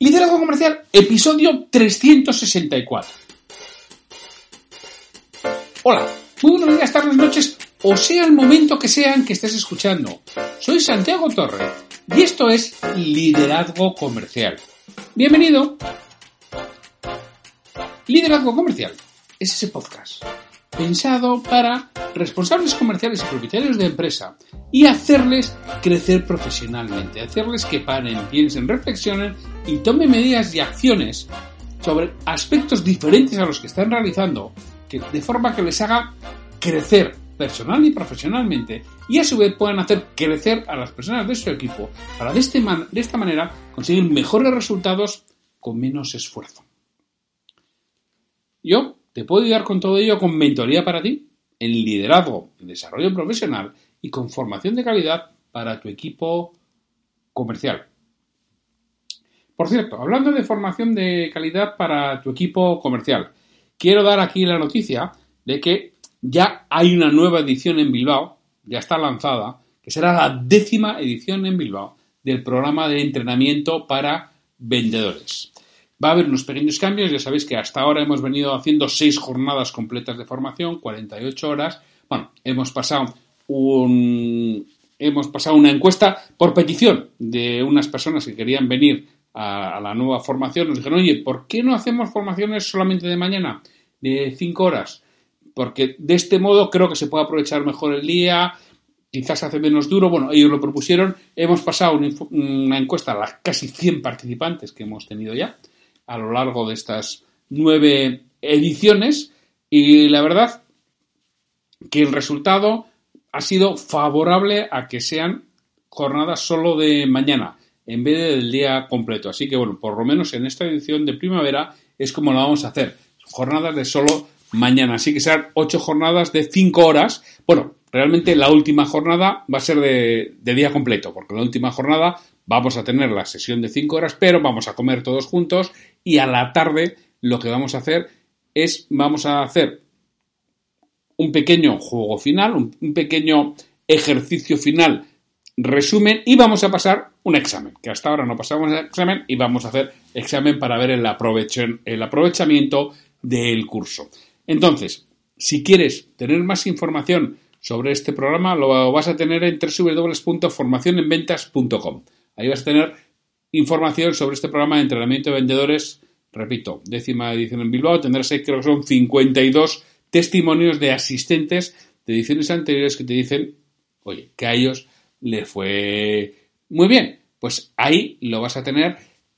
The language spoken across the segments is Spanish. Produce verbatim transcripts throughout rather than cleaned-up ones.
Liderazgo Comercial, episodio trescientos sesenta y cuatro. Hola, muy buenos días, tardes, noches, o sea el momento que sea en que estés escuchando. Soy Santiago Torre y esto es Liderazgo Comercial. Bienvenido. Liderazgo Comercial es ese podcast pensado para responsables comerciales y propietarios de empresa y hacerles crecer profesionalmente, hacerles que paren, piensen, reflexionen y tomen medidas y acciones sobre aspectos diferentes a los que están realizando, que, de forma que les haga crecer personal y profesionalmente y a su vez puedan hacer crecer a las personas de su equipo para de, este man, de esta manera conseguir mejores resultados con menos esfuerzo. Yo te puedo ayudar con todo ello con mentoría para ti, en liderazgo, en desarrollo profesional y con formación de calidad para tu equipo comercial. Por cierto, hablando de formación de calidad para tu equipo comercial, quiero dar aquí la noticia de que ya hay una nueva edición en Bilbao, ya está lanzada, que será la décima edición en Bilbao del programa de entrenamiento para vendedores. Va a haber unos pequeños cambios, ya sabéis que hasta ahora hemos venido haciendo seis jornadas completas de formación, cuarenta y ocho horas. Bueno, hemos pasado un, hemos pasado una encuesta por petición de unas personas que querían venir a, a la nueva formación. Nos dijeron, oye, ¿por qué no hacemos formaciones solamente de mañana, de cinco horas? Porque de este modo creo que se puede aprovechar mejor el día, quizás hace menos duro. Bueno, ellos lo propusieron. Hemos pasado una, una encuesta a las casi cien participantes que hemos tenido ya a lo largo de estas nueve ediciones y la verdad que el resultado ha sido favorable a que sean jornadas solo de mañana en vez del día completo. Así que bueno, por lo menos en esta edición de primavera es como lo vamos a hacer. Jornadas de solo mañana. Así que serán ocho jornadas de cinco horas. Bueno, realmente la última jornada va a ser de, de día completo, porque en la última jornada vamos a tener la sesión de cinco horas, pero vamos a comer todos juntos y a la tarde lo que vamos a hacer es, vamos a hacer un pequeño juego final, un, un pequeño ejercicio final, resumen, y vamos a pasar un examen, que hasta ahora no pasamos el examen, y vamos a hacer examen para ver el, aprovechen, el aprovechamiento del curso. Entonces, si quieres tener más información sobre este programa, lo vas a tener en doble u doble u doble u punto formación en ventas punto com. Ahí vas a tener información sobre este programa de entrenamiento de vendedores. Repito, décima edición en Bilbao. Tendrás ahí, creo que son cincuenta y dos testimonios de asistentes de ediciones anteriores que te dicen, oye, que a ellos les fue muy bien. Pues ahí lo vas a tener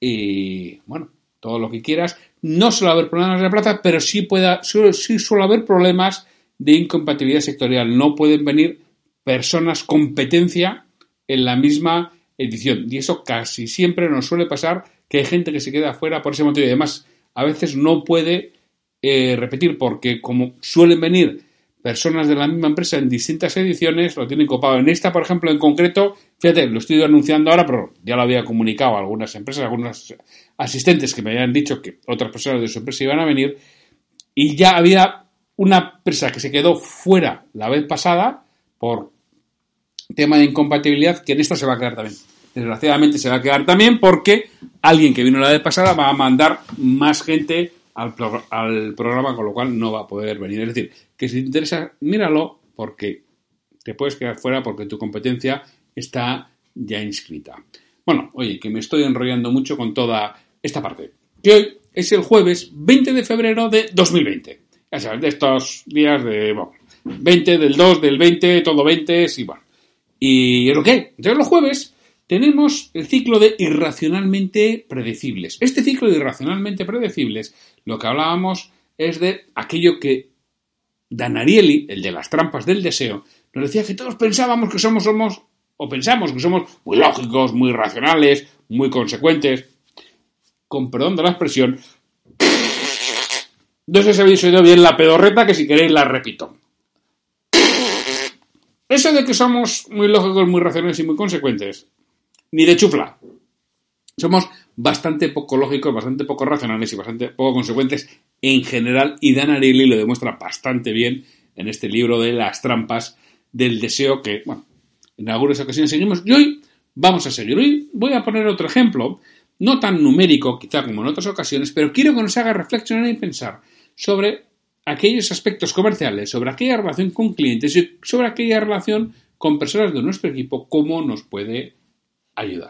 y, bueno, todo lo que quieras. No suele haber problemas de plaza, pero sí, pueda, sí suele haber problemas de incompatibilidad sectorial. No pueden venir personas competencia en la misma edición. Y eso casi siempre nos suele pasar, que hay gente que se queda afuera por ese motivo. Y además, a veces no puede eh, repetir, porque como suelen venir personas de la misma empresa en distintas ediciones, lo tienen copado. En esta, por ejemplo, en concreto, fíjate, lo estoy anunciando ahora, pero ya lo había comunicado a algunas empresas, a algunos asistentes que me habían dicho que otras personas de su empresa iban a venir, y ya había una empresa que se quedó fuera la vez pasada por tema de incompatibilidad, que en esta se va a quedar también. Desgraciadamente se va a quedar también porque alguien que vino la vez pasada va a mandar más gente al, pro- al programa, con lo cual no va a poder venir. Es decir, que si te interesa, míralo, porque te puedes quedar fuera porque tu competencia está ya inscrita. Bueno, oye, que me estoy enrollando mucho con toda esta parte. Que hoy es el jueves veinte de febrero de dos mil veinte. Ya sabes, de estos días de, bueno, veinte del dos, del veinte, todo veinte, y bueno. Y es lo que hay. Entonces los jueves tenemos el ciclo de irracionalmente predecibles. Este ciclo de irracionalmente predecibles, lo que hablábamos es de aquello que Dan Ariely, el de las trampas del deseo, nos decía que todos pensábamos que somos, somos, o pensamos que somos muy lógicos, muy racionales, muy consecuentes. Con perdón de la expresión, no sé si habéis oído bien la pedorreta, que si queréis la repito. Eso de que somos muy lógicos, muy racionales y muy consecuentes, ni de chufla. Somos bastante poco lógicos, bastante poco racionales y bastante poco consecuentes en general, y Dan Ariely lo demuestra bastante bien en este libro de las trampas del deseo que, bueno, en algunas ocasiones seguimos, y hoy vamos a seguir. Hoy voy a poner otro ejemplo no tan numérico quizá como en otras ocasiones, pero quiero que nos haga reflexionar y pensar sobre aquellos aspectos comerciales, sobre aquella relación con clientes y sobre aquella relación con personas de nuestro equipo, cómo nos puede ayudar.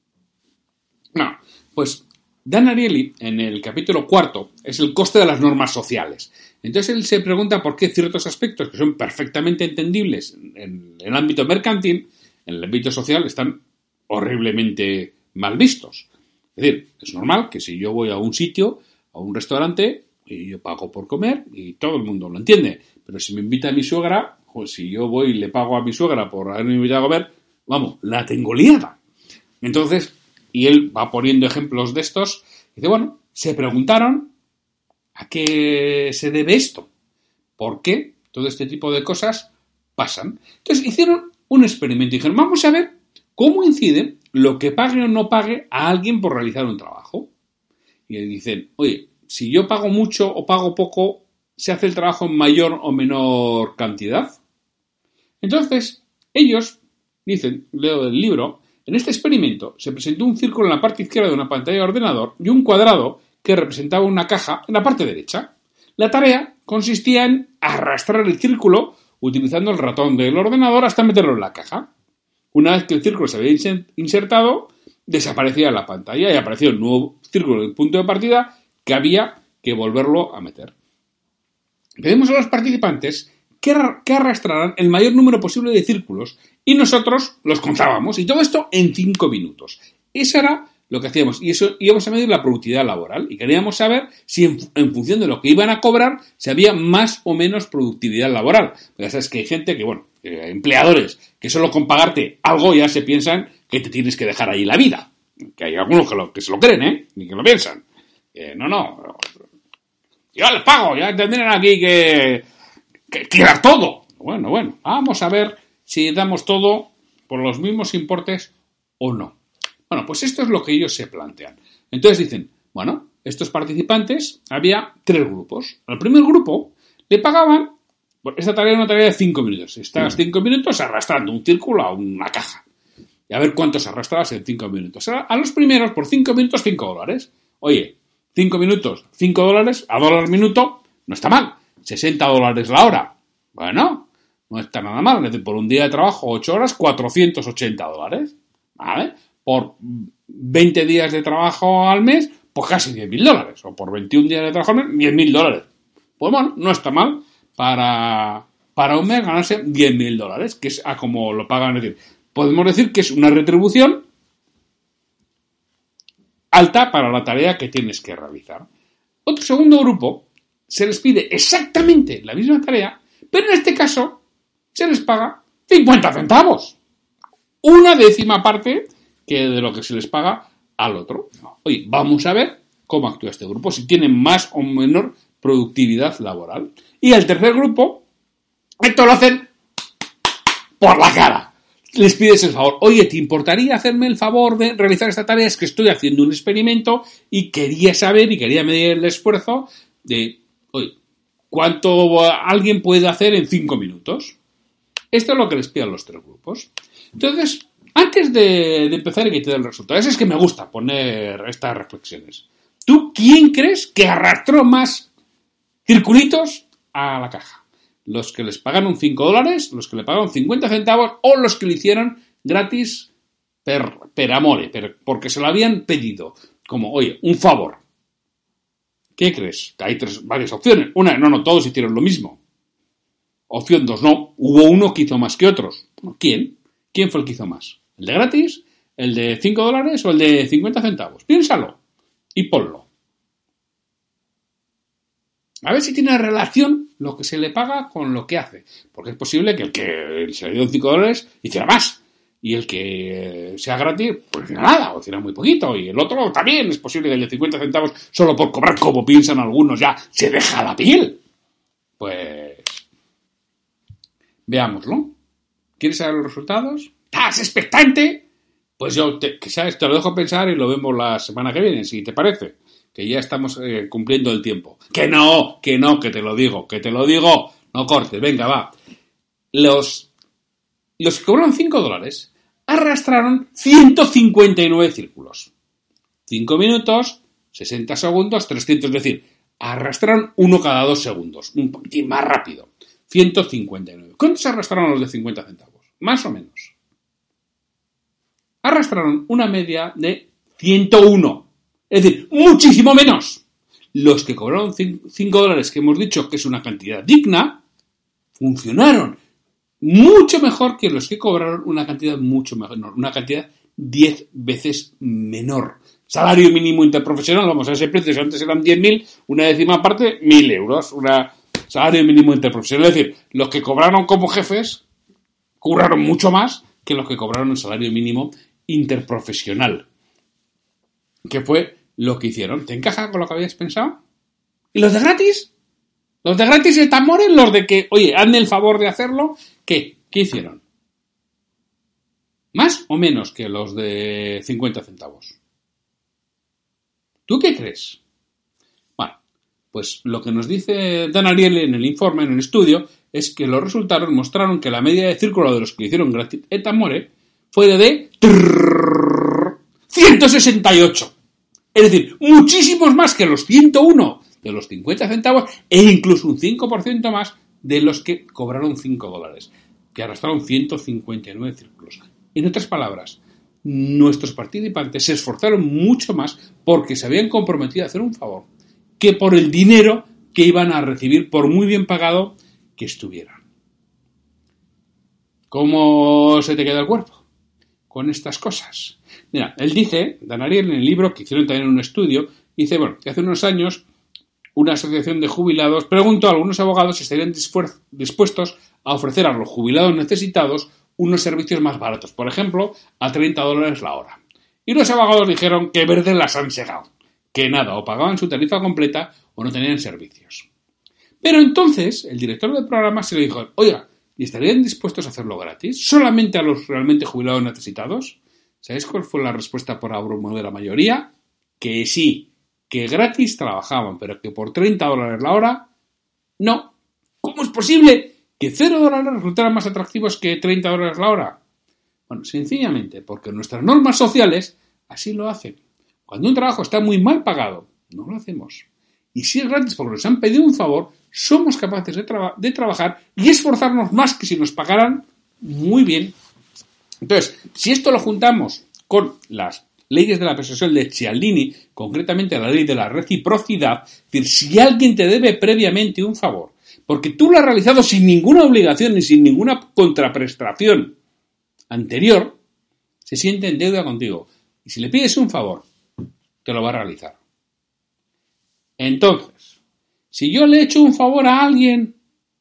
Bueno, pues Dan Ariely, en el capítulo cuarto, es el coste de las normas sociales. Entonces él se pregunta por qué ciertos aspectos que son perfectamente entendibles en el ámbito mercantil, en el ámbito social, están horriblemente mal vistos. Es decir, es normal que si yo voy a un sitio, a un restaurante, y yo pago por comer y todo el mundo lo entiende. Pero si me invita a mi suegra, pues si yo voy y le pago a mi suegra por haberme invitado a comer, vamos, la tengo liada. Entonces, y él va poniendo ejemplos de estos, y dice, bueno, se preguntaron a qué se debe esto, por qué todo este tipo de cosas pasan. Entonces hicieron un experimento y dijeron, vamos a ver cómo incide lo que pague o no pague a alguien por realizar un trabajo. Y le dicen, oye, si yo pago mucho o pago poco, ¿se hace el trabajo en mayor o menor cantidad? Entonces, ellos dicen, leo del libro, en este experimento se presentó un círculo en la parte izquierda de una pantalla de ordenador y un cuadrado que representaba una caja en la parte derecha. La tarea consistía en arrastrar el círculo utilizando el ratón del ordenador hasta meterlo en la caja. Una vez que el círculo se había insertado, desaparecía la pantalla y apareció un nuevo círculo en el punto de partida que había que volverlo a meter. Pedimos a los participantes que, que arrastraran el mayor número posible de círculos y nosotros los contábamos, y todo esto en cinco minutos. Eso era lo que hacíamos, y eso íbamos a medir la productividad laboral y queríamos saber si en, en función de lo que iban a cobrar si había más o menos productividad laboral. Porque ya sabes que hay gente que, bueno, eh, empleadores que solo con pagarte algo ya se piensan que te tienes que dejar ahí la vida. Que hay algunos que, lo, que se lo creen, ¿eh? Ni que lo piensan. Eh, no, no. Yo les pago, ya tendrán aquí que, que, que dar todo. Bueno, bueno, vamos a ver si damos todo por los mismos importes o no. Bueno, pues esto es lo que ellos se plantean. Entonces dicen, bueno, estos participantes, había tres grupos. Al primer grupo le pagaban, bueno, esta tarea era una tarea de cinco minutos. Estás cinco minutos arrastrando un círculo a una caja. Y a ver cuántos arrastrabas en cinco minutos. A los primeros, por cinco minutos, cinco dólares. Oye, cinco minutos, cinco dólares, a dólar minuto, no está mal. sesenta dólares la hora. Bueno, no está nada mal. Es decir, por un día de trabajo, ocho horas, cuatrocientos ochenta dólares. ¿Vale? Por veinte días de trabajo al mes, pues casi diez mil dólares. O por veintiún días de trabajo al mes, diez mil dólares. Pues bueno, no está mal para, para un mes ganarse diez mil dólares, que es a como lo pagan. Es decir, podemos decir que es una retribución alta para la tarea que tienes que realizar. Otro segundo grupo se les pide exactamente la misma tarea, pero en este caso se les paga cincuenta centavos. Una décima parte que de lo que se les paga al otro. Oye, vamos a ver cómo actúa este grupo, si tiene más o menor productividad laboral. Y el tercer grupo, esto lo hacen por la cara. Les pides el favor. Oye, ¿te importaría hacerme el favor de realizar esta tarea? Es que estoy haciendo un experimento y quería saber y quería medir el esfuerzo de, oye, ¿cuánto alguien puede hacer en cinco minutos? Esto es lo que les piden los tres grupos. Entonces, antes de, de empezar y que te dé el resultado, eso es que me gusta poner estas reflexiones. ¿Tú quién crees que arrastró más circulitos a la caja? ¿Los que les pagaron cinco dólares, los que le pagaron cincuenta centavos o los que lo hicieron gratis per, per amore, per, porque se lo habían pedido? Como, oye, un favor. ¿Qué crees? Hay tres, varias opciones. Una, no, no, todos hicieron lo mismo. Opción dos, no, hubo uno que hizo más que otros. ¿Quién? ¿Quién fue el que hizo más? ¿El de gratis? ¿El de cinco dólares o el de cincuenta centavos? Piénsalo y ponlo. A ver si tiene relación lo que se le paga con lo que hace. Porque es posible que el que se le dio cinco dólares hiciera más. Y el que sea gratis, pues hiciera nada, o hiciera muy poquito. Y el otro también es posible que el de cincuenta centavos, solo por cobrar, como piensan algunos, ya se deja la piel. Pues veámoslo. ¿Quieres saber los resultados? ¿Estás expectante? Pues yo, te, que sabes, te lo dejo pensar y lo vemos la semana que viene, si te parece. Que ya estamos eh, cumpliendo el tiempo. Que no, que no, que te lo digo, que te lo digo. No cortes, venga, va. Los, los que cobraron cinco dólares arrastraron ciento cincuenta y nueve círculos. cinco minutos, sesenta segundos, trescientos, es decir, arrastraron uno cada dos segundos, un poquitín más rápido, ciento cincuenta y nueve. ¿Cuántos arrastraron los de cincuenta centavos? Más o menos. Arrastraron una media de ciento uno, es decir, muchísimo menos. Los que cobraron cinco dólares, que hemos dicho que es una cantidad digna, funcionaron mucho mejor que los que cobraron una cantidad mucho menor, una cantidad diez veces menor. Salario mínimo interprofesional, vamos a ese precio, si antes eran diez mil, una décima parte, mil euros, una salario mínimo interprofesional. Es decir, los que cobraron como jefes, cobraron mucho más que los que cobraron el salario mínimo interprofesional. ¿Qué fue lo que hicieron? ¿Te encaja con lo que habías pensado? ¿Y los de gratis? Los de gratis de Tamoren, los de que, oye, hazme el favor de hacerlo, ¿qué? ¿Qué hicieron? ¿Más o menos que los de cincuenta centavos? ¿Tú qué crees? Bueno, pues lo que nos dice Dan Ariely en el informe, en el estudio, es que los resultados mostraron que la media de círculo de los que hicieron gratis et amore fue de ciento sesenta y ocho. Es decir, muchísimos más que los ciento uno de los cincuenta centavos e incluso un cinco por ciento más de los que cobraron cinco dólares, que arrastraron ciento cincuenta y nueve círculos. En otras palabras, nuestros participantes se esforzaron mucho más porque se habían comprometido a hacer un favor que por el dinero que iban a recibir, por muy bien pagado que estuvieran. ¿Cómo se te queda el cuerpo con estas cosas? Mira, él dice, Dan Ariely, en el libro que hicieron también un estudio, dice, bueno, que hace unos años una asociación de jubilados preguntó a algunos abogados si estarían dispuestos a ofrecer a los jubilados necesitados unos servicios más baratos, por ejemplo, a treinta dólares la hora. Y los abogados dijeron que verdes las han segado, que nada, o pagaban su tarifa completa o no tenían servicios. Pero entonces el director del programa se le dijo, oiga, ¿y estarían dispuestos a hacerlo gratis? ¿Solamente a los realmente jubilados necesitados? ¿Sabéis cuál fue la respuesta por abrumadora mayoría? Que sí, que gratis trabajaban, pero que por treinta dólares la hora, no. ¿Cómo es posible que cero dólares resultaran más atractivos que treinta dólares la hora? Bueno, sencillamente porque nuestras normas sociales así lo hacen. Cuando un trabajo está muy mal pagado, no lo hacemos. Y si es gratis porque nos han pedido un favor, somos capaces de, traba- de trabajar y esforzarnos más que si nos pagaran muy bien. Entonces, si esto lo juntamos con las leyes de la persuasión de Cialdini, concretamente la ley de la reciprocidad, es decir, si alguien te debe previamente un favor, porque tú lo has realizado sin ninguna obligación ni sin ninguna contraprestación anterior, se siente en deuda contigo. Y si le pides un favor, te lo va a realizar. Entonces, si yo le he hecho un favor a alguien,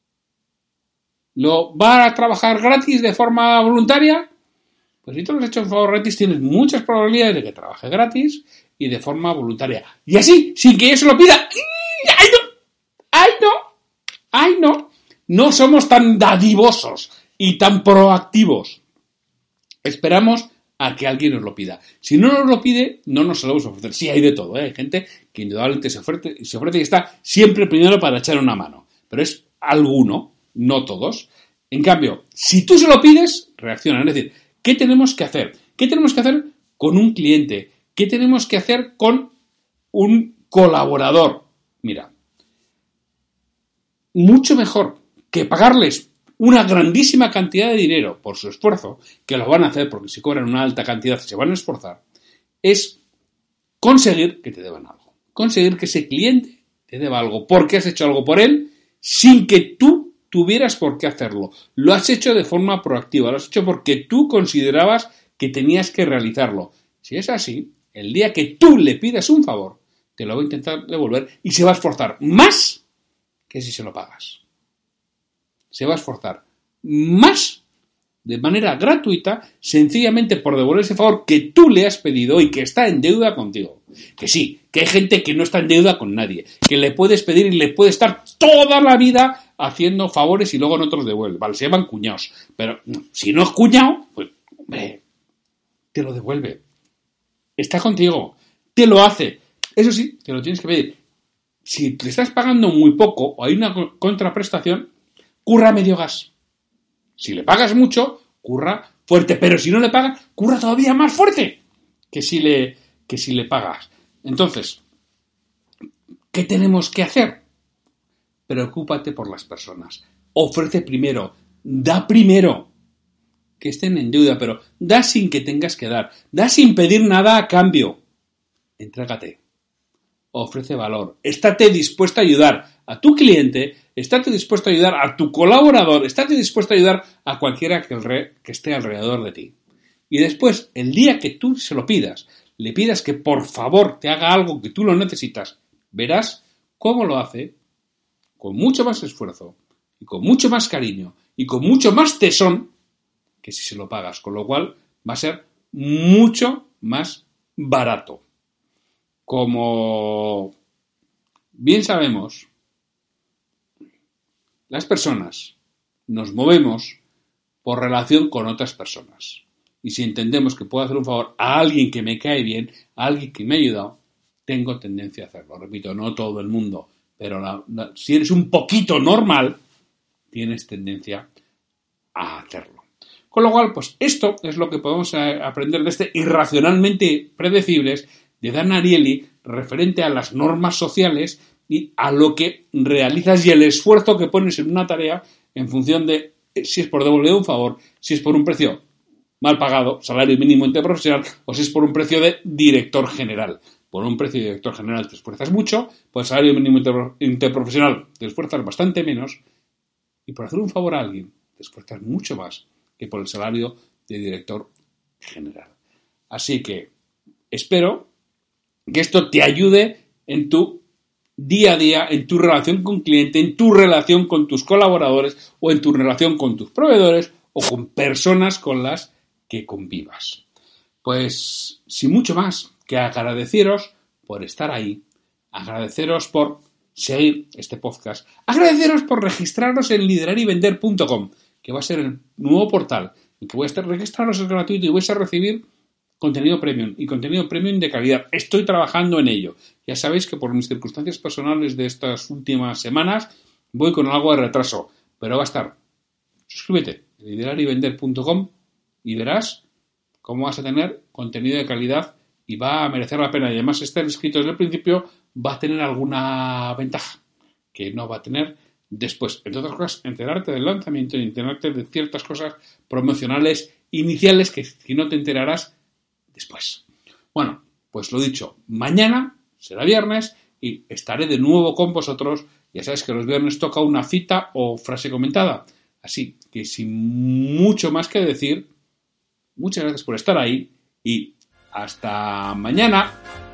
¿lo va a trabajar gratis de forma voluntaria? Pues si tú le has hecho un favor gratis, tienes muchas probabilidades de que trabaje gratis y de forma voluntaria. Y así, sin que yo se lo pida. ¡Ay, no! ¡Ay, no! ¡Ay, no! No somos tan dadivosos y tan proactivos. Esperamos a que alguien nos lo pida. Si no nos lo pide, no nos lo vamos a ofrecer. Sí, hay de todo, ¿eh? Hay gente que indudablemente se ofrece, se ofrece y está siempre primero para echar una mano. Pero es alguno, no todos. En cambio, si tú se lo pides, reaccionan. Es decir, ¿qué tenemos que hacer? ¿Qué tenemos que hacer con un cliente? ¿Qué tenemos que hacer con un colaborador? Mira, mucho mejor que pagarles una grandísima cantidad de dinero por su esfuerzo, que lo van a hacer porque si cobran una alta cantidad se van a esforzar, es conseguir que te deban algo. Conseguir que ese cliente te deba algo porque has hecho algo por él sin que tú tuvieras por qué hacerlo. Lo has hecho de forma proactiva, lo has hecho porque tú considerabas que tenías que realizarlo. Si es así, el día que tú le pidas un favor, te lo va a intentar devolver y se va a esforzar más que si se lo pagas. Se va a esforzar más de manera gratuita, sencillamente por devolver ese favor que tú le has pedido y que está en deuda contigo. Que sí, que hay gente que no está en deuda con nadie, que le puedes pedir y le puede estar toda la vida haciendo favores y luego no te los devuelve. Vale, se llaman cuñados. Pero si no es cuñado, pues, hombre, te lo devuelve. Está contigo, te lo hace. Eso sí, te lo tienes que pedir. Si te estás pagando muy poco o hay una contraprestación, curra medio gas. Si le pagas mucho, curra fuerte. Pero si no le pagas, curra todavía más fuerte que si le, que si le pagas. Entonces, ¿qué tenemos que hacer? Preocúpate por las personas. Ofrece primero, da primero. Que estén en deuda, pero da sin que tengas que dar. Da sin pedir nada a cambio. Entrégate. Ofrece valor. Estate dispuesto a ayudar a tu cliente, estate dispuesto a ayudar a tu colaborador, estate dispuesto a ayudar a cualquiera que, el re, que esté alrededor de ti. Y después, el día que tú se lo pidas, le pidas que por favor te haga algo que tú lo necesitas, verás cómo lo hace con mucho más esfuerzo y con mucho más cariño y con mucho más tesón que si se lo pagas, con lo cual va a ser mucho más barato. Como bien sabemos, las personas nos movemos por relación con otras personas. Y si entendemos que puedo hacer un favor a alguien que me cae bien, a alguien que me ha ayudado, tengo tendencia a hacerlo. Repito, no todo el mundo, pero la, la, si eres un poquito normal, tienes tendencia a hacerlo. Con lo cual, pues esto es lo que podemos aprender de este Irracionalmente Predecibles de Dan Ariely referente a las normas sociales y a lo que realizas y el esfuerzo que pones en una tarea en función de si es por devolver un favor, si es por un precio mal pagado, salario mínimo interprofesional, o si es por un precio de director general. Por un precio de director general te esfuerzas mucho, por el salario mínimo interprofesional te esfuerzas bastante menos, y por hacer un favor a alguien te esfuerzas mucho más que por el salario de director general. Así que espero que esto te ayude en tu día a día, en tu relación con cliente, en tu relación con tus colaboradores o en tu relación con tus proveedores o con personas con las que convivas. Pues sin mucho más que agradeceros por estar ahí, agradeceros por seguir este podcast, agradeceros por registraros en liderar y vender punto com, que va a ser el nuevo portal en que voy a estar registraros, es gratuito y vais a recibir contenido premium y contenido premium de calidad. Estoy trabajando en ello. Ya sabéis que por mis circunstancias personales de estas últimas semanas voy con algo de retraso, pero va a estar. Suscríbete a liderar y vender punto com y verás cómo vas a tener contenido de calidad y va a merecer la pena. Y además, estar inscrito desde el principio va a tener alguna ventaja que no va a tener después. Entre otras cosas, enterarte del lanzamiento y enterarte de ciertas cosas promocionales iniciales que si no te enterarás después. Bueno, pues lo dicho, mañana será viernes y estaré de nuevo con vosotros. Ya sabes que los viernes toca una cita o frase comentada. Así que sin mucho más que decir, muchas gracias por estar ahí y hasta mañana.